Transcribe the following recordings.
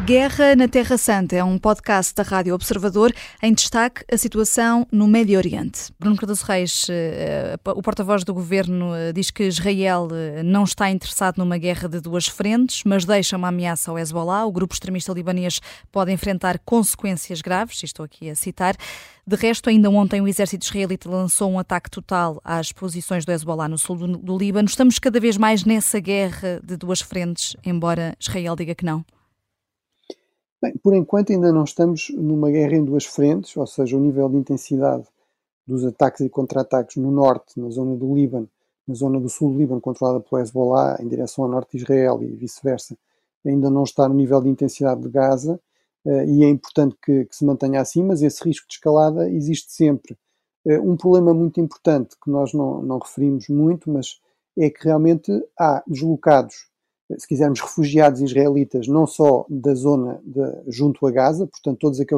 Guerra na Terra Santa é um podcast da Rádio Observador. Em destaque, a situação no Médio Oriente. Bruno Cardoso Reis, o porta-voz do governo, diz que Israel não está interessado numa guerra de duas frentes, mas deixa uma ameaça ao Hezbollah. O grupo extremista libanês pode enfrentar consequências graves, estou aqui a citar. De resto, ainda ontem o exército israelita lançou um ataque total às posições do Hezbollah no sul do Líbano. Estamos cada vez mais nessa guerra de duas frentes, embora Israel diga que não. Bem, por enquanto ainda não estamos numa guerra em duas frentes, ou seja, o nível de intensidade dos ataques e contra-ataques no norte, na zona do Líbano, na zona do sul do Líbano, controlada pelo Hezbollah, em direção ao norte de Israel e vice-versa, ainda não está no nível de intensidade de Gaza, e é importante que se mantenha assim, mas esse risco de escalada existe sempre. Um problema muito importante que nós não referimos muito, mas é que realmente há deslocados, se quisermos, refugiados israelitas, não só da zona junto a Gaza, portanto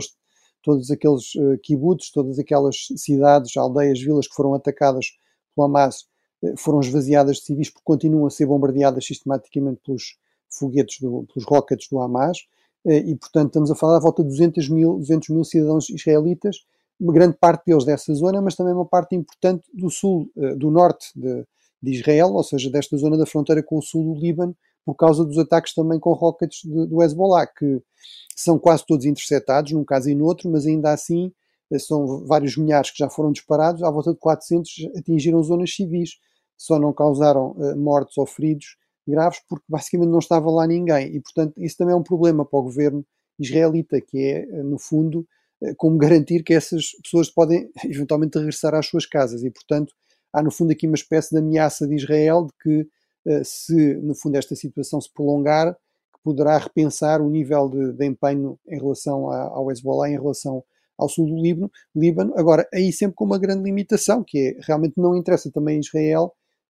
todos aqueles kibbutz, todas aquelas cidades, aldeias, vilas que foram atacadas pelo Hamas, foram esvaziadas de civis porque continuam a ser bombardeadas sistematicamente pelos foguetes, pelos rockets do Hamas, e portanto estamos a falar à volta de 200 mil cidadãos israelitas, uma grande parte deles dessa zona, mas também uma parte importante do sul, do norte de Israel, ou seja, desta zona da fronteira com o sul do Líbano, por causa dos ataques também com rockets do Hezbollah, que são quase todos interceptados, num caso e no outro, mas ainda assim são vários milhares que já foram disparados, à volta de 400 atingiram zonas civis, só não causaram mortos ou feridos graves, porque basicamente não estava lá ninguém, e portanto isso também é um problema para o governo israelita, que é, no fundo, como garantir que essas pessoas podem eventualmente regressar às suas casas, e portanto há no fundo aqui uma espécie de ameaça de Israel de que se, no fundo, esta situação se prolongar, que poderá repensar o nível de empenho em relação ao Hezbollah, em relação ao sul do Líbano. Agora, aí sempre com uma grande limitação, que é, realmente não interessa também a Israel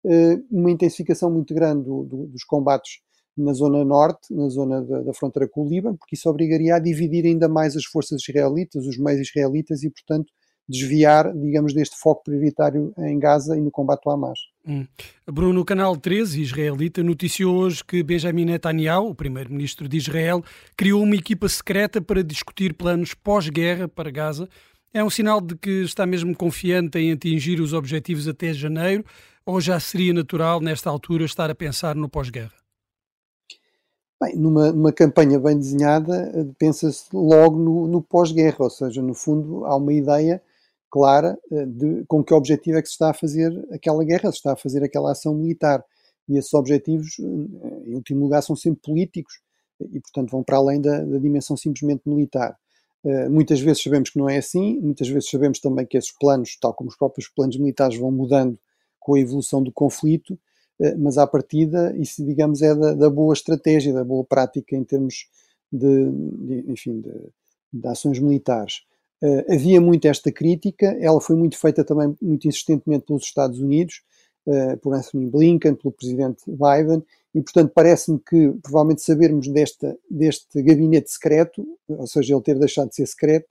uma intensificação muito grande dos combates na zona norte, na zona da fronteira com o Líbano, porque isso obrigaria a dividir ainda mais as forças israelitas, os meios israelitas, e, portanto, desviar, digamos, deste foco prioritário em Gaza e no combate ao Hamas. Bruno, o Canal 13 israelita noticiou hoje que Benjamin Netanyahu, o primeiro-ministro de Israel, criou uma equipa secreta para discutir planos pós-guerra para Gaza. É um sinal de que está mesmo confiante em atingir os objetivos até janeiro, ou já seria natural, nesta altura, estar a pensar no pós-guerra? Bem, numa campanha bem desenhada, pensa-se logo no pós-guerra, ou seja, no fundo há uma ideia clara de com que objetivo é que se está a fazer aquela guerra, se está a fazer aquela ação militar. E esses objetivos, em último lugar, são sempre políticos e, portanto, vão para além da dimensão simplesmente militar. Muitas vezes sabemos que não é assim, muitas vezes sabemos também que esses planos, tal como os próprios planos militares, vão mudando com a evolução do conflito, mas à partida isso, digamos, é da boa estratégia, da boa prática em termos enfim, de ações militares. Havia muito esta crítica, ela foi muito feita também muito insistentemente pelos Estados Unidos, por Anthony Blinken, pelo presidente Biden, e portanto parece-me que provavelmente sabermos deste gabinete secreto, ou seja, ele ter deixado de ser secreto,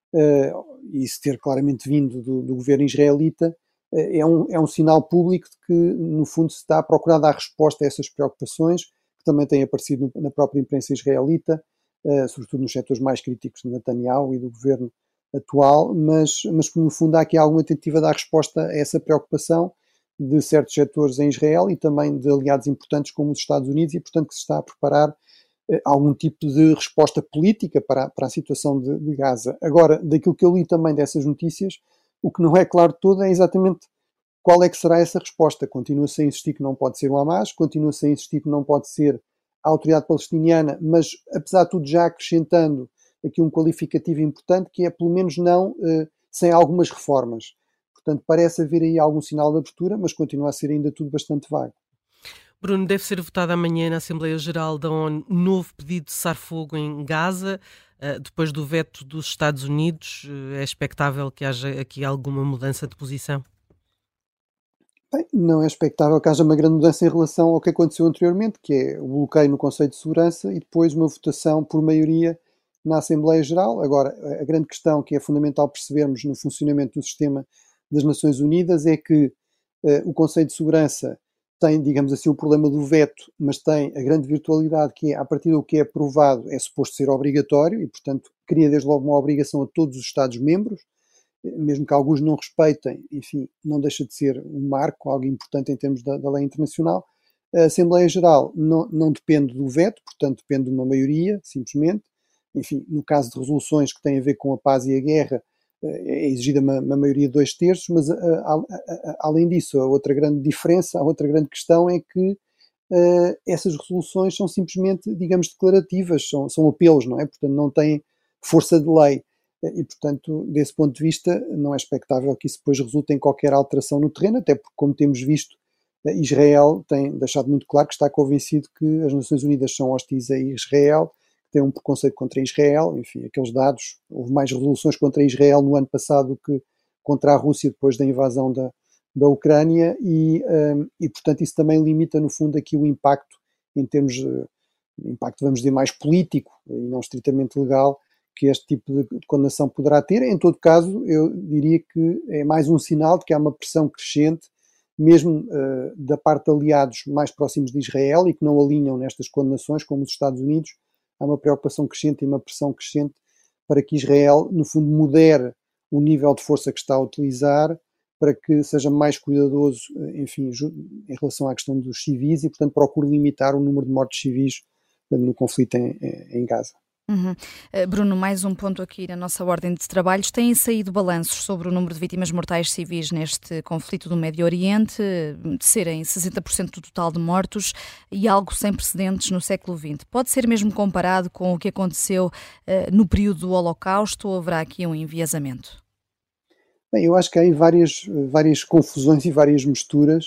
e isso ter claramente vindo do governo israelita, é um sinal público de que, no fundo, se está a procurar dar resposta a essas preocupações, que também têm aparecido na própria imprensa israelita, sobretudo nos setores mais críticos de Netanyahu e do governo atual, mas que, no fundo, há aqui alguma tentativa de dar resposta a essa preocupação de certos setores em Israel e também de aliados importantes como os Estados Unidos, e, portanto, que se está a preparar algum tipo de resposta política para a situação de Gaza. Agora, daquilo que eu li também dessas notícias, o que não é claro todo é exatamente qual é que será essa resposta. Continua-se a insistir que não pode ser o Hamas, continua-se a insistir que não pode ser a autoridade palestiniana, mas, apesar de tudo, já acrescentando aqui um qualificativo importante, que é, pelo menos, não sem algumas reformas. Portanto, parece haver aí algum sinal de abertura, mas continua a ser ainda tudo bastante vago. Bruno, deve ser votado amanhã na Assembleia Geral da ONU um novo pedido de cessar-fogo em Gaza. Depois do veto dos Estados Unidos, é expectável que haja aqui alguma mudança de posição? Bem, não é expectável que haja uma grande mudança em relação ao que aconteceu anteriormente, que é o bloqueio no Conselho de Segurança e depois uma votação por maioria na Assembleia Geral. Agora, a grande questão que é fundamental percebermos no funcionamento do sistema das Nações Unidas é que o Conselho de Segurança tem, digamos assim, o problema do veto, mas tem a grande virtualidade que é, a partir do que é aprovado, é suposto ser obrigatório e, portanto, cria desde logo uma obrigação a todos os Estados-membros, mesmo que alguns não respeitem, enfim, não deixa de ser um marco, algo importante em termos da lei internacional. A Assembleia Geral não depende do veto, portanto, depende de uma maioria, simplesmente. Enfim, no caso de resoluções que têm a ver com a paz e a guerra, é exigida uma maioria de 2/3, mas além disso, a outra grande diferença, a outra grande questão é que essas resoluções são simplesmente, digamos, declarativas, são apelos, não é? Portanto, não têm força de lei e, portanto, desse ponto de vista, não é expectável que isso depois resulte em qualquer alteração no terreno, até porque, como temos visto, Israel tem deixado muito claro que está convencido que as Nações Unidas são hostis a Israel, tem um preconceito contra Israel, enfim, aqueles dados, houve mais resoluções contra Israel no ano passado do que contra a Rússia depois da invasão da Ucrânia e, portanto, isso também limita, no fundo, aqui o impacto, em termos de impacto, vamos dizer, mais político e não estritamente legal, que este tipo de condenação poderá ter. Em todo caso, eu diria que é mais um sinal de que há uma pressão crescente, mesmo da parte de aliados mais próximos de Israel e que não alinham nestas condenações, como os Estados Unidos. Há uma preocupação crescente e uma pressão crescente para que Israel, no fundo, modere o nível de força que está a utilizar, para que seja mais cuidadoso, enfim, em relação à questão dos civis e, portanto, procure limitar o número de mortes civis no conflito em Gaza. Uhum. Bruno, mais um ponto aqui na nossa ordem de trabalhos. Têm saído balanços sobre o número de vítimas mortais civis neste conflito do Médio Oriente, de serem 60% do total de mortos e algo sem precedentes no século XX. Pode ser mesmo comparado com o que aconteceu no período do Holocausto ou haverá aqui um enviesamento? Bem, eu acho que há aí várias confusões e várias misturas.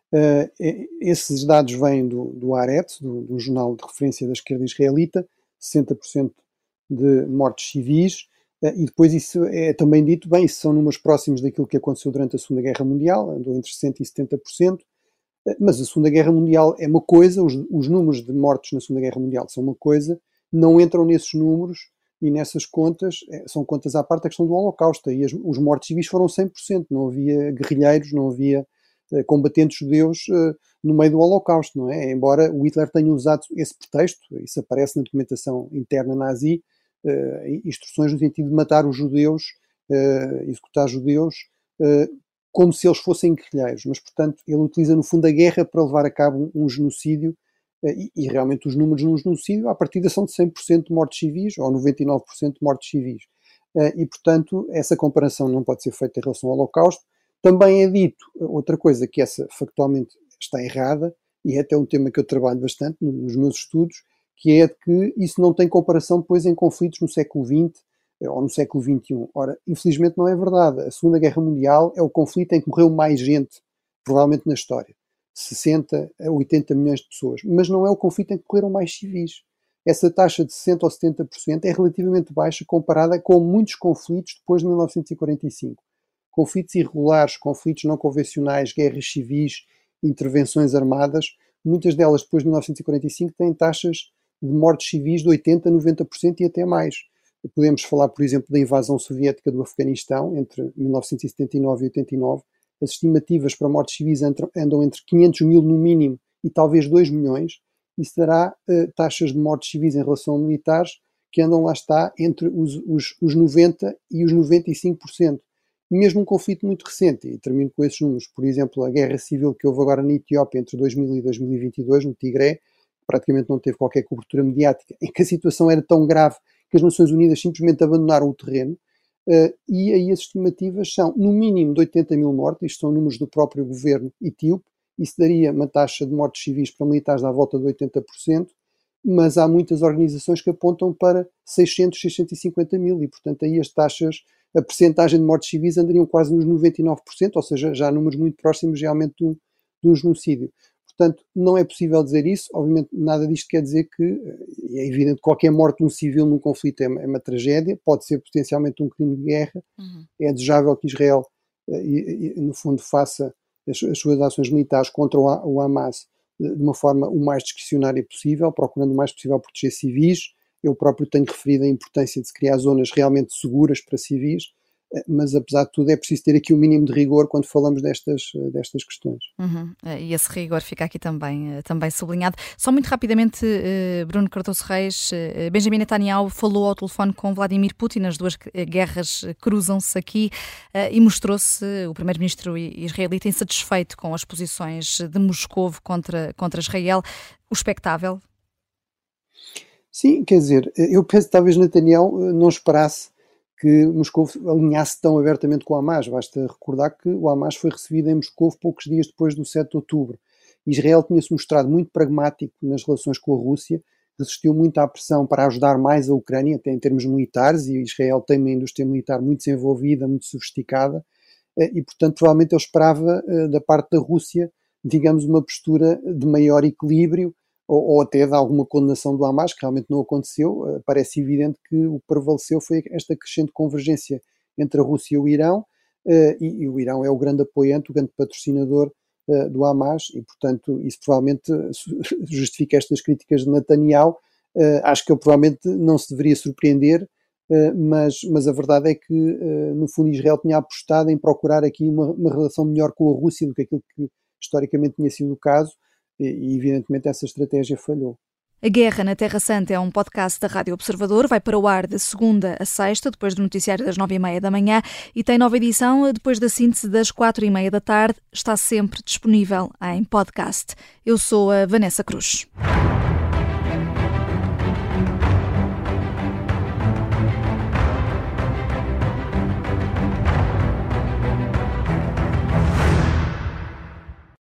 Esses dados vêm do Haaretz, do jornal de referência da esquerda israelita, 60% de mortes civis, e depois isso é também dito, bem, isso são números próximos daquilo que aconteceu durante a Segunda Guerra Mundial, andou entre 60% e 70%, mas a Segunda Guerra Mundial é uma coisa, os números de mortos na Segunda Guerra Mundial são uma coisa, não entram nesses números e nessas contas, são contas à parte da questão do Holocausto, e os mortos civis foram 100%, não havia guerrilheiros, não havia combatentes judeus no meio do Holocausto, não é? Embora o Hitler tenha usado esse pretexto, isso aparece na documentação interna nazi, instruções no sentido de matar os judeus, executar judeus, como se eles fossem guerrilheiros, mas, portanto, ele utiliza, no fundo, a guerra para levar a cabo um genocídio, e realmente os números num genocídio, à partida, são de 100% de mortes civis, ou 99% de mortes civis. E, portanto, essa comparação não pode ser feita em relação ao Holocausto. Também é dito outra coisa, que essa factualmente está errada, e é até um tema que eu trabalho bastante nos meus estudos, que é que isso não tem comparação depois em conflitos no século XX ou no século XXI. Ora, infelizmente não é verdade. A Segunda Guerra Mundial é o conflito em que morreu mais gente, provavelmente na história. 60 a 80 milhões de pessoas. Mas não é o conflito em que morreram mais civis. Essa taxa de 60% ou 70% é relativamente baixa comparada com muitos conflitos depois de 1945. Conflitos irregulares, conflitos não convencionais, guerras civis, intervenções armadas, muitas delas depois de 1945 têm taxas de mortes civis de 80%, 90% e até mais. Podemos falar, por exemplo, da invasão soviética do Afeganistão entre 1979 e 89. As estimativas para mortes civis andam entre 500 mil no mínimo e talvez 2 milhões. Isso dará taxas de mortes civis em relação a militares que andam, lá está, entre os 90% e os 95%. Mesmo um conflito muito recente, e termino com esses números, por exemplo, a guerra civil que houve agora na Etiópia entre 2000 e 2022, no Tigré, praticamente não teve qualquer cobertura mediática, em que a situação era tão grave que as Nações Unidas simplesmente abandonaram o terreno, e aí as estimativas são, no mínimo, de 80 mil mortes, isto são números do próprio governo etíope, isso daria uma taxa de mortes civis para militares à volta de 80%, mas há muitas organizações que apontam para 600, 650 mil, e portanto aí as taxas, a percentagem de mortes civis andariam quase nos 99%, ou seja, já números muito próximos realmente de um genocídio. Portanto, não é possível dizer isso. Obviamente, nada disto quer dizer que, é evidente que qualquer morte de um civil num conflito é uma tragédia, pode ser potencialmente um crime de guerra. É desejável que Israel, no fundo, faça as suas ações militares contra o Hamas de uma forma o mais discricionária possível, procurando o mais possível proteger civis. Eu próprio tenho referido a importância de se criar zonas realmente seguras para civis, mas apesar de tudo é preciso ter aqui o mínimo de rigor quando falamos destas questões. E esse rigor fica aqui também sublinhado. Só muito rapidamente, Bruno Cardoso Reis, Benjamin Netanyahu falou ao telefone com Vladimir Putin, as duas guerras cruzam-se aqui, e mostrou-se, o primeiro-ministro israelita, insatisfeito com as posições de Moscovo contra Israel. O expectável? Sim, quer dizer, eu penso que talvez Netanyahu não esperasse que Moscou alinhasse tão abertamente com o Hamas. Basta recordar que o Hamas foi recebido em Moscou poucos dias depois do 7 de outubro. Israel tinha-se mostrado muito pragmático nas relações com a Rússia, resistiu muito à pressão para ajudar mais a Ucrânia, até em termos militares, e Israel tem uma indústria militar muito desenvolvida, muito sofisticada, e portanto provavelmente ele esperava da parte da Rússia, digamos, uma postura de maior equilíbrio, ou até de alguma condenação do Hamas, que realmente não aconteceu. Parece evidente que o que prevaleceu foi esta crescente convergência entre a Rússia e o Irão, e o Irão é o grande apoiante, o grande patrocinador do Hamas, e portanto isso provavelmente justifica estas críticas de Netanyahu. Acho que ele provavelmente não se deveria surpreender, mas a verdade é que no fundo Israel tinha apostado em procurar aqui uma relação melhor com a Rússia do que aquilo que historicamente tinha sido o caso, e evidentemente essa estratégia falhou. A Guerra na Terra Santa é um podcast da Rádio Observador, vai para o ar de segunda a sexta, depois do noticiário das 9h30 da manhã, e tem nova edição depois da síntese das 4h30 da tarde. Está sempre disponível em podcast. Eu sou a Vanessa Cruz.